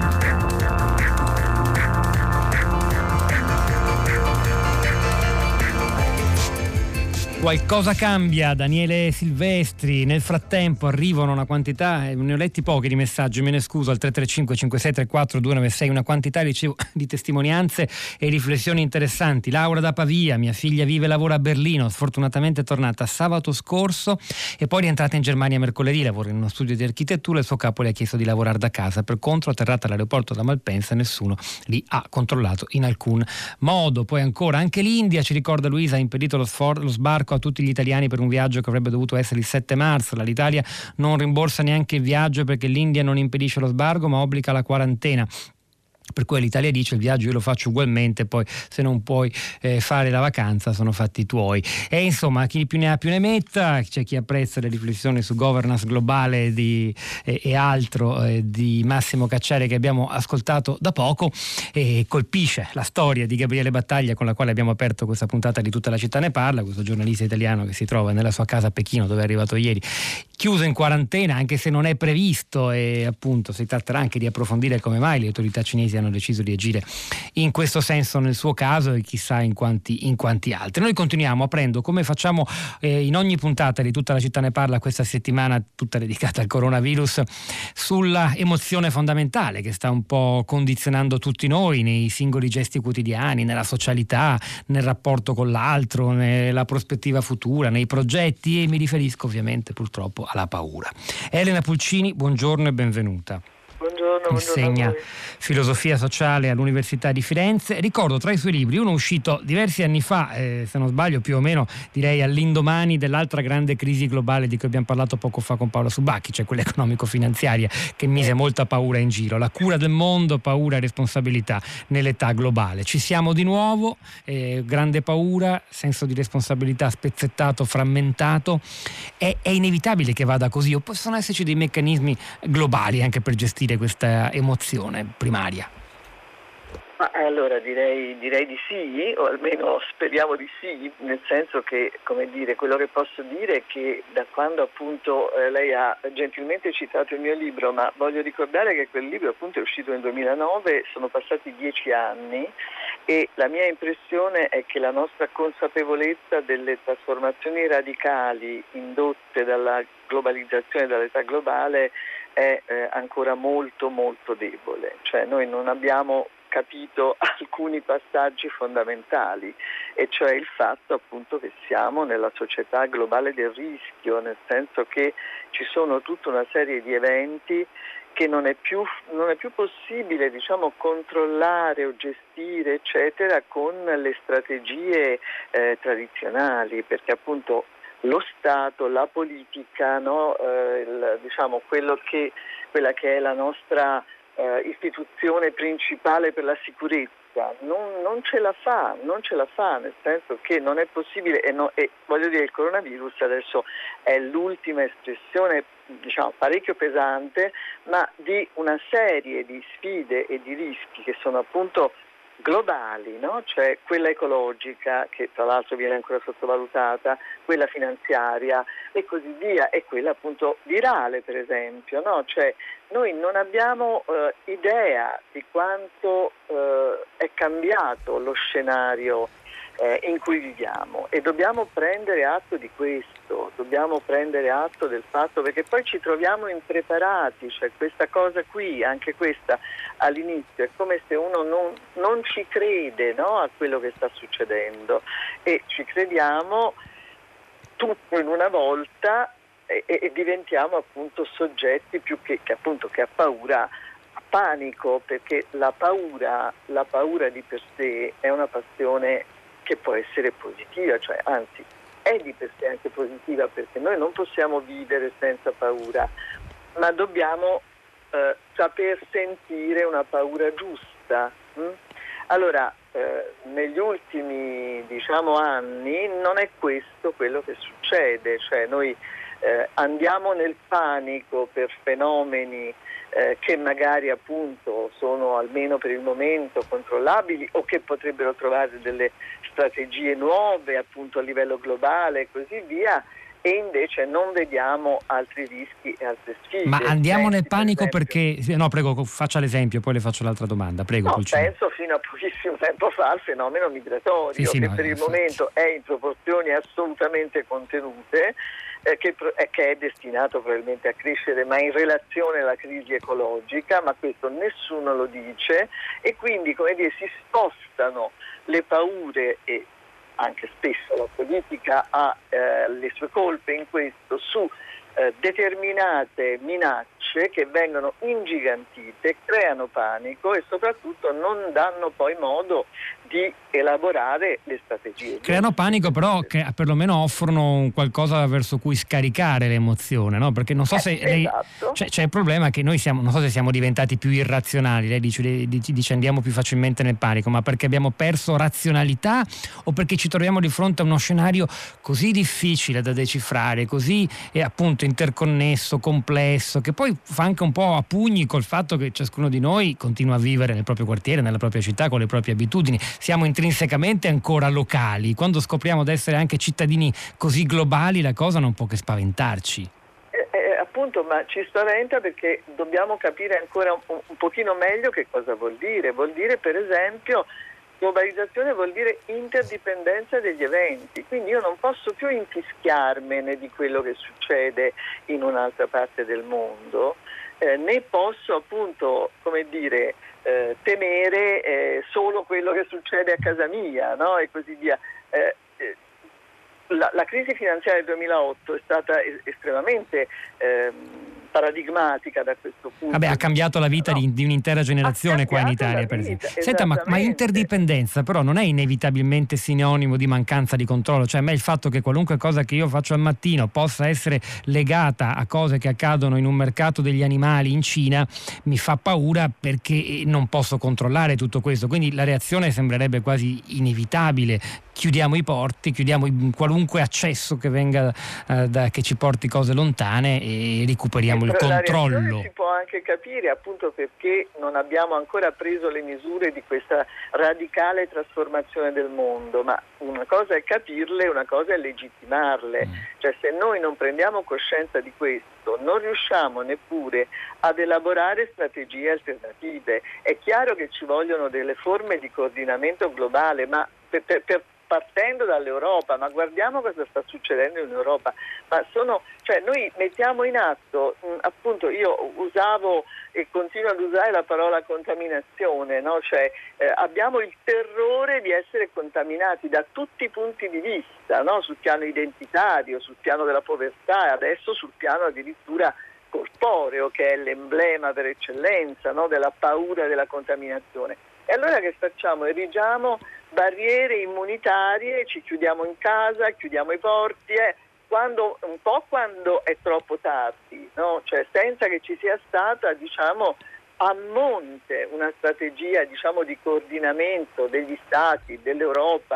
Qualcosa cambia, Daniele Silvestri. Nel frattempo arrivano una quantità, ne ho letti pochi di messaggi, me ne scuso, al 335 5634 296, una quantità, ricevo, di testimonianze e riflessioni interessanti. Laura da Pavia: mia figlia vive e lavora a Berlino, sfortunatamente è tornata sabato scorso e poi rientrata in Germania mercoledì, lavora in uno studio di architettura, il suo capo le ha chiesto di lavorare da casa, per contro atterrata all'aeroporto da Malpensa nessuno li ha controllato in alcun modo. Poi ancora, anche l'India, ci ricorda Luisa, ha impedito lo sbarco a tutti gli italiani per un viaggio che avrebbe dovuto essere il 7 marzo. L'Italia non rimborsa neanche il viaggio perché l'India non impedisce lo sbarco ma obbliga la quarantena. Per cui l'Italia dice: il viaggio io lo faccio ugualmente, poi se non puoi fare la vacanza sono fatti tuoi. E insomma, chi più ne ha più ne metta. C'è chi apprezza le riflessioni su governance globale e altro di Massimo Cacciari, che abbiamo ascoltato da poco, e colpisce la storia di Gabriele Battaglia, con la quale abbiamo aperto questa puntata di Tutta la città ne parla, questo giornalista italiano che si trova nella sua casa a Pechino, dove è arrivato ieri, chiuso in quarantena, anche se non è previsto, e appunto si tratterà anche di approfondire come mai le autorità cinesi hanno deciso di agire in questo senso nel suo caso e chissà in quanti altri. Noi continuiamo aprendo, come facciamo in ogni puntata di Tutta la città ne parla, questa settimana tutta dedicata al coronavirus, sulla emozione fondamentale che sta un po' condizionando tutti noi nei singoli gesti quotidiani, nella socialità, nel rapporto con l'altro, nella prospettiva futura, nei progetti, e mi riferisco ovviamente purtroppo alla paura. Elena Pulcini, buongiorno e benvenuta. Buongiorno. Insegna filosofia sociale all'Università di Firenze. Ricordo tra i suoi libri uno uscito diversi anni fa, se non sbaglio più o meno direi all'indomani dell'altra grande crisi globale di cui abbiamo parlato poco fa con Paola Subacchi, cioè quella economico-finanziaria che mise molta paura in giro. La cura del mondo, paura e responsabilità nell'età globale. Ci siamo di nuovo, grande paura, senso di responsabilità spezzettato, frammentato. È inevitabile che vada così, o possono esserci dei meccanismi globali anche per gestire questa emozione primaria? Allora direi di sì, o almeno speriamo di sì, nel senso che, come dire, quello che posso dire è che da quando appunto lei ha gentilmente citato il mio libro, ma voglio ricordare che quel libro appunto è uscito nel 2009, sono passati 10 anni e la mia impressione è che la nostra consapevolezza delle trasformazioni radicali indotte dalla globalizzazione, dall'età globale, è ancora molto molto debole, cioè noi non abbiamo capito alcuni passaggi fondamentali, e cioè il fatto appunto che siamo nella società globale del rischio, nel senso che ci sono tutta una serie di eventi che non è più possibile, diciamo, controllare o gestire eccetera con le strategie tradizionali, perché appunto lo Stato, la politica, no? Diciamo quella che è la nostra istituzione principale per la sicurezza non ce la fa, nel senso che non è possibile, e voglio dire, il coronavirus adesso è l'ultima espressione, diciamo, parecchio pesante, ma di una serie di sfide e di rischi che sono appunto globali, no? Cioè quella ecologica, che tra l'altro viene ancora sottovalutata, quella finanziaria e così via, e quella appunto virale, per esempio, no? Cioè noi non abbiamo idea di quanto è cambiato lo scenario in cui viviamo, e dobbiamo prendere atto di questo, dobbiamo prendere atto del fatto, perché poi ci troviamo impreparati, cioè questa cosa qui, anche questa all'inizio, è come se uno non ci crede, no, a quello che sta succedendo, e ci crediamo tutto in una volta e diventiamo appunto soggetti più che a paura, a panico, perché la paura di per sé è una passione che può essere positiva, cioè anzi è di per sé anche positiva, perché noi non possiamo vivere senza paura, ma dobbiamo saper sentire una paura giusta. Allora negli ultimi anni non è questo quello che succede, cioè noi andiamo nel panico per fenomeni che magari appunto sono almeno per il momento controllabili, o che potrebbero trovare delle strategie nuove appunto a livello globale e così via, e invece non vediamo altri rischi e altre sfide. Ma andiamo nel panico perché... No, prego, faccia l'esempio, poi le faccio l'altra domanda. Prego. No, penso fino a pochissimo tempo fa al fenomeno migratorio, che per il momento è in proporzioni assolutamente contenute, che è destinato probabilmente a crescere, ma in relazione alla crisi ecologica, ma questo nessuno lo dice, e quindi, come dire, si spostano le paure, e anche spesso la politica ha le sue colpe in questo, su determinate minacce che vengono ingigantite, creano panico e soprattutto non danno poi modo di elaborare le strategie. Creano panico, però che perlomeno offrono un qualcosa verso cui scaricare l'emozione, no? Perché non so se esatto. C'è il problema che noi non so se siamo diventati più irrazionali, lei dice andiamo più facilmente nel panico, ma perché abbiamo perso razionalità o perché ci troviamo di fronte a uno scenario così difficile da decifrare, così appunto interconnesso, complesso, che poi fa anche un po' a pugni col fatto che ciascuno di noi continua a vivere nel proprio quartiere, nella propria città, con le proprie abitudini. Siamo intrinsecamente ancora locali. Quando scopriamo di essere anche cittadini così globali, la cosa non può che spaventarci. Appunto, ma ci spaventa perché dobbiamo capire ancora un pochino meglio che cosa vuol dire. Vuol dire, per esempio, globalizzazione vuol dire interdipendenza degli eventi, quindi io non posso più infischiarmene di quello che succede in un'altra parte del mondo, né posso appunto, come dire, temere solo quello che succede a casa mia, no? E così via. La crisi finanziaria del 2008 è stata estremamente paradigmatica da questo punto. Ha cambiato la vita di un'intera generazione qua in Italia, per esempio. Senta, ma interdipendenza però non è inevitabilmente sinonimo di mancanza di controllo? Cioè a me il fatto che qualunque cosa che io faccio al mattino possa essere legata a cose che accadono in un mercato degli animali in Cina mi fa paura, perché non posso controllare tutto questo, quindi la reazione sembrerebbe quasi inevitabile. Chiudiamo i porti, chiudiamo qualunque accesso che venga che ci porti cose lontane e recuperiamo il controllo. La reazione si può anche capire, appunto perché non abbiamo ancora preso le misure di questa radicale trasformazione del mondo, ma una cosa è capirle, una cosa è legittimarle. Cioè, se noi non prendiamo coscienza di questo, non riusciamo neppure ad elaborare strategie alternative. È chiaro che ci vogliono delle forme di coordinamento globale, ma partendo dall'Europa, ma guardiamo cosa sta succedendo in Europa. Noi mettiamo in atto, appunto io usavo e continuo ad usare la parola contaminazione, no? Cioè abbiamo il terrore di essere contaminati da tutti i punti di vista, no? Sul piano identitario, sul piano della povertà, adesso sul piano addirittura corporeo, che è l'emblema per eccellenza, no? Della paura della contaminazione. E allora che facciamo? Erigiamo barriere immunitarie, ci chiudiamo in casa, chiudiamo i porti, quando è troppo tardi, no? Cioè senza che ci sia stata, a monte una strategia, di coordinamento degli Stati, dell'Europa,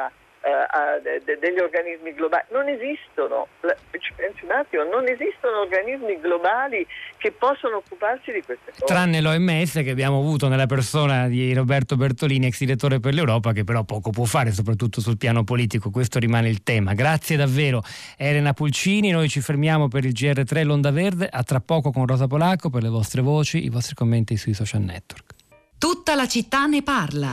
degli organismi globali. Non esistono, ci pensi un attimo, non esistono organismi globali che possono occuparsi di queste cose. Tranne l'OMS, che abbiamo avuto nella persona di Roberto Bertolini, ex direttore per l'Europa, che però poco può fare, soprattutto sul piano politico. Questo rimane il tema. Grazie davvero Elena Pulcini. Noi ci fermiamo per il GR3 l'Onda Verde. A tra poco con Rosa Polacco per le vostre voci, i vostri commenti sui social network. Tutta la città ne parla.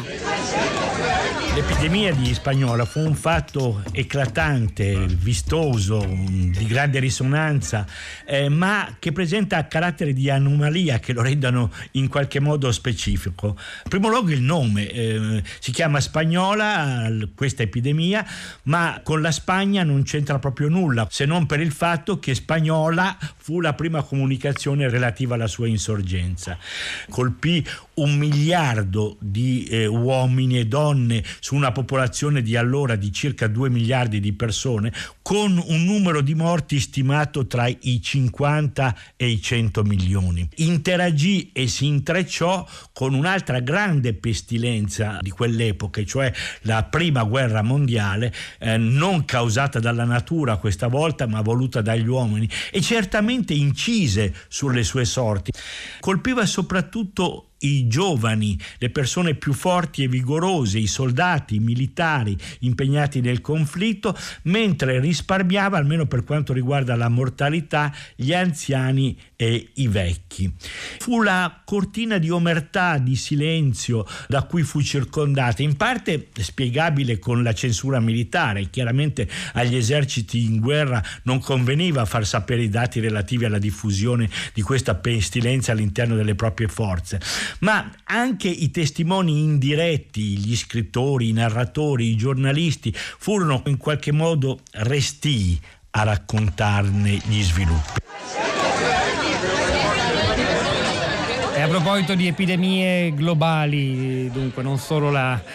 L'epidemia di Spagnola fu un fatto eclatante, vistoso, di grande risonanza, ma che presenta carattere di anomalia che lo rendano in qualche modo specifico. In primo luogo il nome, si chiama Spagnola questa epidemia, ma con la Spagna non c'entra proprio nulla, se non per il fatto che Spagnola fu la prima comunicazione relativa alla sua insorgenza. Colpì 1 miliardo di uomini e donne su una popolazione di allora di circa 2 miliardi di persone, con un numero di morti stimato tra i 50 e i 100 milioni. Interagì e si intrecciò con un'altra grande pestilenza di quell'epoca, cioè la prima guerra mondiale, non causata dalla natura questa volta, ma voluta dagli uomini, e certamente incise sulle sue sorti. Colpiva soprattutto i giovani, le persone più forti e vigorose, i soldati, i militari impegnati nel conflitto, mentre risparmiava, almeno per quanto riguarda la mortalità, gli anziani e i vecchi. Fu la cortina di omertà, di silenzio da cui fu circondata, in parte spiegabile con la censura militare. Chiaramente agli eserciti in guerra non conveniva far sapere i dati relativi alla diffusione di questa pestilenza all'interno delle proprie forze, ma anche i testimoni indiretti, gli scrittori, i narratori, i giornalisti furono in qualche modo restii a raccontarne gli sviluppi. E a proposito di epidemie globali, dunque non solo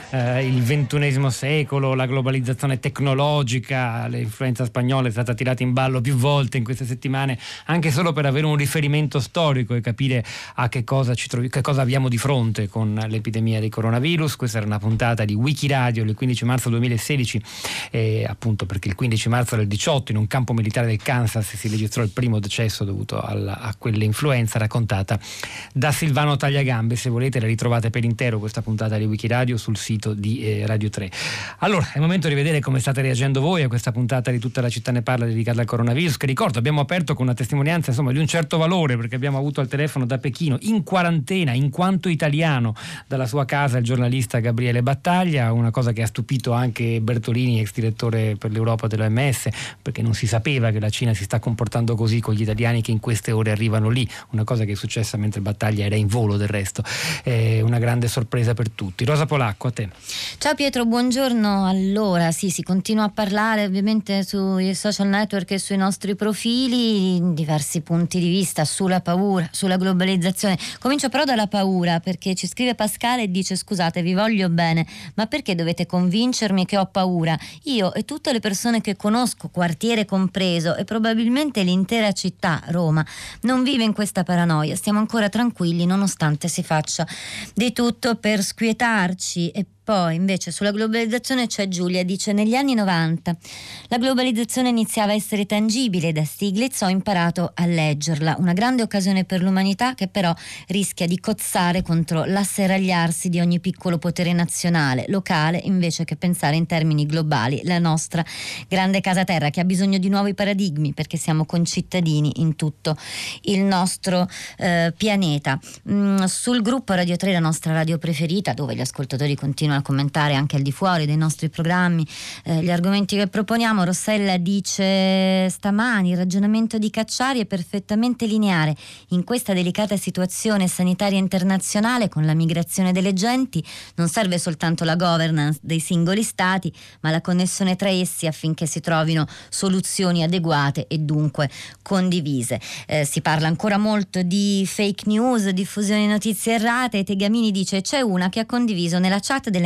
il XXI secolo, la globalizzazione tecnologica, l'influenza spagnola è stata tirata in ballo più volte in queste settimane, anche solo per avere un riferimento storico e capire a che cosa abbiamo di fronte con l'epidemia di coronavirus. Questa era una puntata di Wikiradio il 15 marzo 2016, appunto perché il 15 marzo del 18 in un campo militare del Kansas si registrò il primo decesso dovuto a quell'influenza, raccontata da Silvano Tagliagambe. Se volete la ritrovate per intero questa puntata di Wikiradio sul sito di Radio 3. Allora è il momento di vedere come state reagendo voi a questa puntata di Tutta la città ne parla dedicata al coronavirus, che ricordo abbiamo aperto con una testimonianza insomma di un certo valore, perché abbiamo avuto al telefono da Pechino, in quarantena in quanto italiano, dalla sua casa il giornalista Gabriele Battaglia, una cosa che ha stupito anche Bertolini, ex direttore per l'Europa dell'OMS, perché non si sapeva che la Cina si sta comportando così con gli italiani che in queste ore arrivano lì, una cosa che è successa mentre Battaglia era in volo del resto. Una grande sorpresa per tutti. Rosa Polacco, a te. Ciao Pietro, buongiorno. Allora sì, si continua a parlare ovviamente sui social network e sui nostri profili, diversi punti di vista sulla paura, sulla globalizzazione. Comincio però dalla paura, perché ci scrive Pascale e dice: scusate, vi voglio bene, ma perché dovete convincermi che ho paura? Io e tutte le persone che conosco, quartiere compreso, e probabilmente l'intera città, Roma, non vive in questa paranoia. Stiamo ancora tranquilli nonostante si faccia di tutto per squietarci. E poi invece sulla globalizzazione c'è Giulia, dice: negli anni 90 la globalizzazione iniziava a essere tangibile, da Stiglitz ho imparato a leggerla, una grande occasione per l'umanità che però rischia di cozzare contro l'asserragliarsi di ogni piccolo potere nazionale, locale, invece che pensare in termini globali, la nostra grande casa terra che ha bisogno di nuovi paradigmi perché siamo concittadini in tutto il nostro pianeta. Sul gruppo Radio 3, la nostra radio preferita, dove gli ascoltatori continuano a commentare anche al di fuori dei nostri programmi gli argomenti che proponiamo, Rossella dice: stamani il ragionamento di Cacciari è perfettamente lineare. In questa delicata situazione sanitaria internazionale, con la migrazione delle genti, non serve soltanto la governance dei singoli stati, ma la connessione tra essi affinché si trovino soluzioni adeguate e dunque condivise. Si parla ancora molto di fake news, diffusione di notizie errate, e Tegamini dice: c'è una che ha condiviso nella chat delle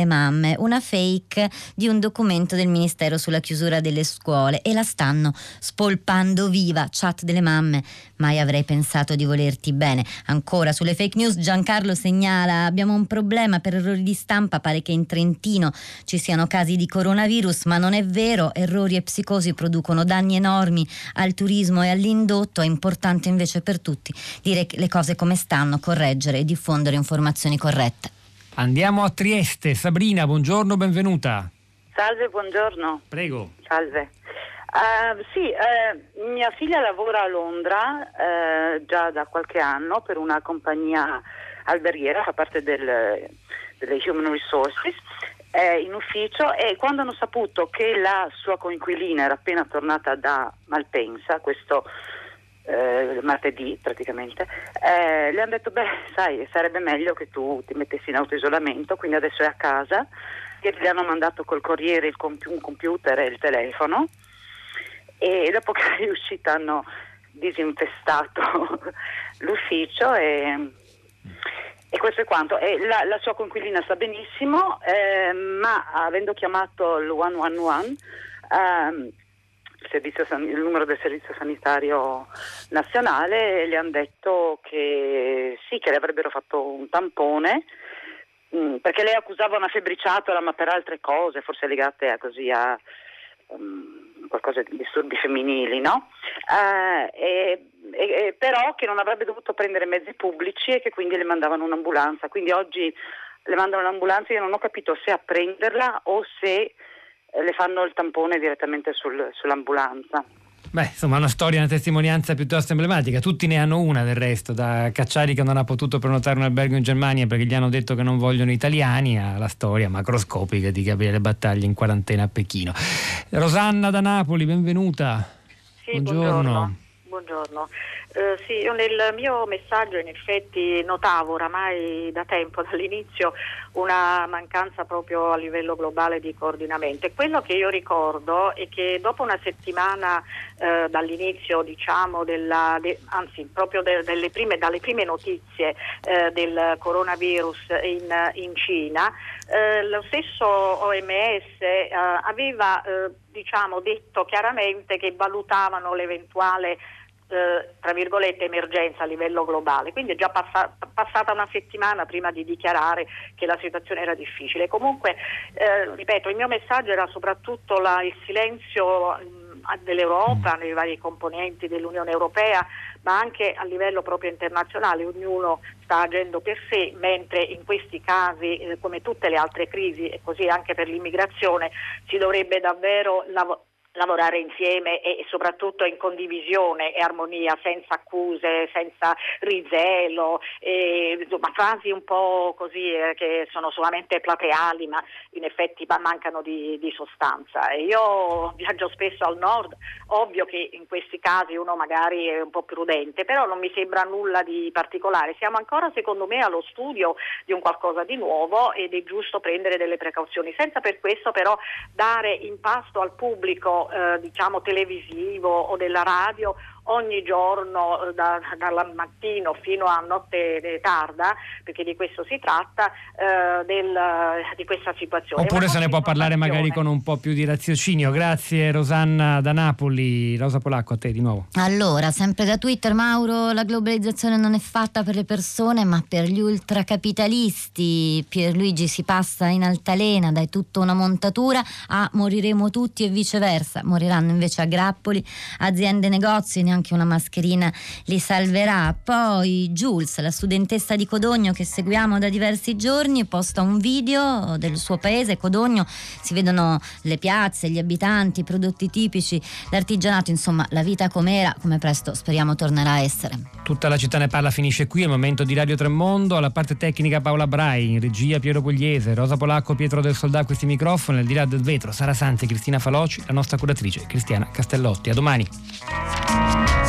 delle mamme, una fake di un documento del Ministero sulla chiusura delle scuole, e la stanno spolpando viva. Chat delle mamme: mai avrei pensato di volerti bene. Ancora sulle fake news Giancarlo segnala: abbiamo un problema per errori di stampa, pare che in Trentino ci siano casi di coronavirus, ma non è vero, errori e psicosi producono danni enormi al turismo e all'indotto. È importante invece per tutti dire le cose come stanno, correggere e diffondere informazioni corrette. Andiamo a Trieste. Sabrina, buongiorno, benvenuta. Salve, buongiorno. Prego. Salve. Mia figlia lavora a Londra già da qualche anno per una compagnia alberghiera, fa parte delle Human Resources, in ufficio, e quando hanno saputo che la sua coinquilina era appena tornata da Malpensa, questo martedì praticamente, le hanno detto: beh, sai, sarebbe meglio che tu ti mettessi in autoisolamento, quindi adesso è a casa, e gli hanno mandato col corriere un computer e il telefono, e dopo che è riuscita hanno disinfestato l'ufficio e questo è quanto. E la sua coinquilina sta benissimo, ma avendo chiamato il 111, il numero del servizio sanitario nazionale, le hanno detto che sì, che le avrebbero fatto un tampone, perché lei accusava una febbriciatola, ma per altre cose, forse legate a qualcosa di disturbi femminili, no? Però che non avrebbe dovuto prendere mezzi pubblici e che quindi le mandavano un'ambulanza. Quindi oggi le mandano un'ambulanza, io non ho capito se a prenderla o se le fanno il tampone direttamente sull'ambulanza. Beh, insomma, una storia, una testimonianza piuttosto emblematica. Tutti ne hanno una, del resto, da Cacciari che non ha potuto prenotare un albergo in Germania perché gli hanno detto che non vogliono italiani, alla storia macroscopica di Gabriele Battaglia in quarantena a Pechino. Rosanna da Napoli, benvenuta. Sì, buongiorno. Sì, io nel mio messaggio in effetti notavo oramai da tempo, dall'inizio, una mancanza proprio a livello globale di coordinamento, e quello che io ricordo è che dopo una settimana dall'inizio, diciamo, dalle prime notizie del coronavirus in Cina, lo stesso OMS aveva diciamo detto chiaramente che valutavano l'eventuale tra virgolette emergenza a livello globale, quindi è già passata una settimana prima di dichiarare che la situazione era difficile. Comunque ripeto, il mio messaggio era soprattutto il silenzio dell'Europa, nei vari componenti dell'Unione Europea, ma anche a livello proprio internazionale. Ognuno sta agendo per sé, mentre in questi casi, come tutte le altre crisi, e così anche per l'immigrazione, si dovrebbe davvero lavorare insieme e soprattutto in condivisione e armonia, senza accuse, senza rizelo, insomma frasi un po' così che sono solamente plateali, ma in effetti mancano di sostanza. E io viaggio spesso al nord, ovvio che in questi casi uno magari è un po' prudente, però non mi sembra nulla di particolare. Siamo ancora, secondo me, allo studio di un qualcosa di nuovo ed è giusto prendere delle precauzioni, senza per questo però dare in pasto al pubblico diciamo televisivo o della radio ogni giorno dal mattino fino a notte tarda, perché di questo si tratta, di questa situazione. Oppure se ne può parlare magari con un po' più di raziocinio. Grazie Rosanna da Napoli. Rosa Polacco, a te di nuovo. Allora, sempre da Twitter, Mauro: la globalizzazione non è fatta per le persone ma per gli ultracapitalisti. Pierluigi si passa in altalena da è tutta una montatura a moriremo tutti e viceversa. Moriranno invece a grappoli aziende, negozi, neanche una mascherina li salverà. Poi Jules, la studentessa di Codogno che seguiamo da diversi giorni, posta un video del suo paese, Codogno. Si vedono le piazze, gli abitanti, i prodotti tipici, l'artigianato, insomma la vita com'era, come presto speriamo tornerà a essere. Tutta la città ne parla finisce qui. È il momento di Radio Tremondo. Alla parte tecnica Paola Brai, in regia Piero Pugliese, Rosa Polacco, Pietro del Soldà questi microfoni, al di là del vetro Sara Santi, Cristina Faloci, la nostra curatrice Cristiana Castellotti. A domani.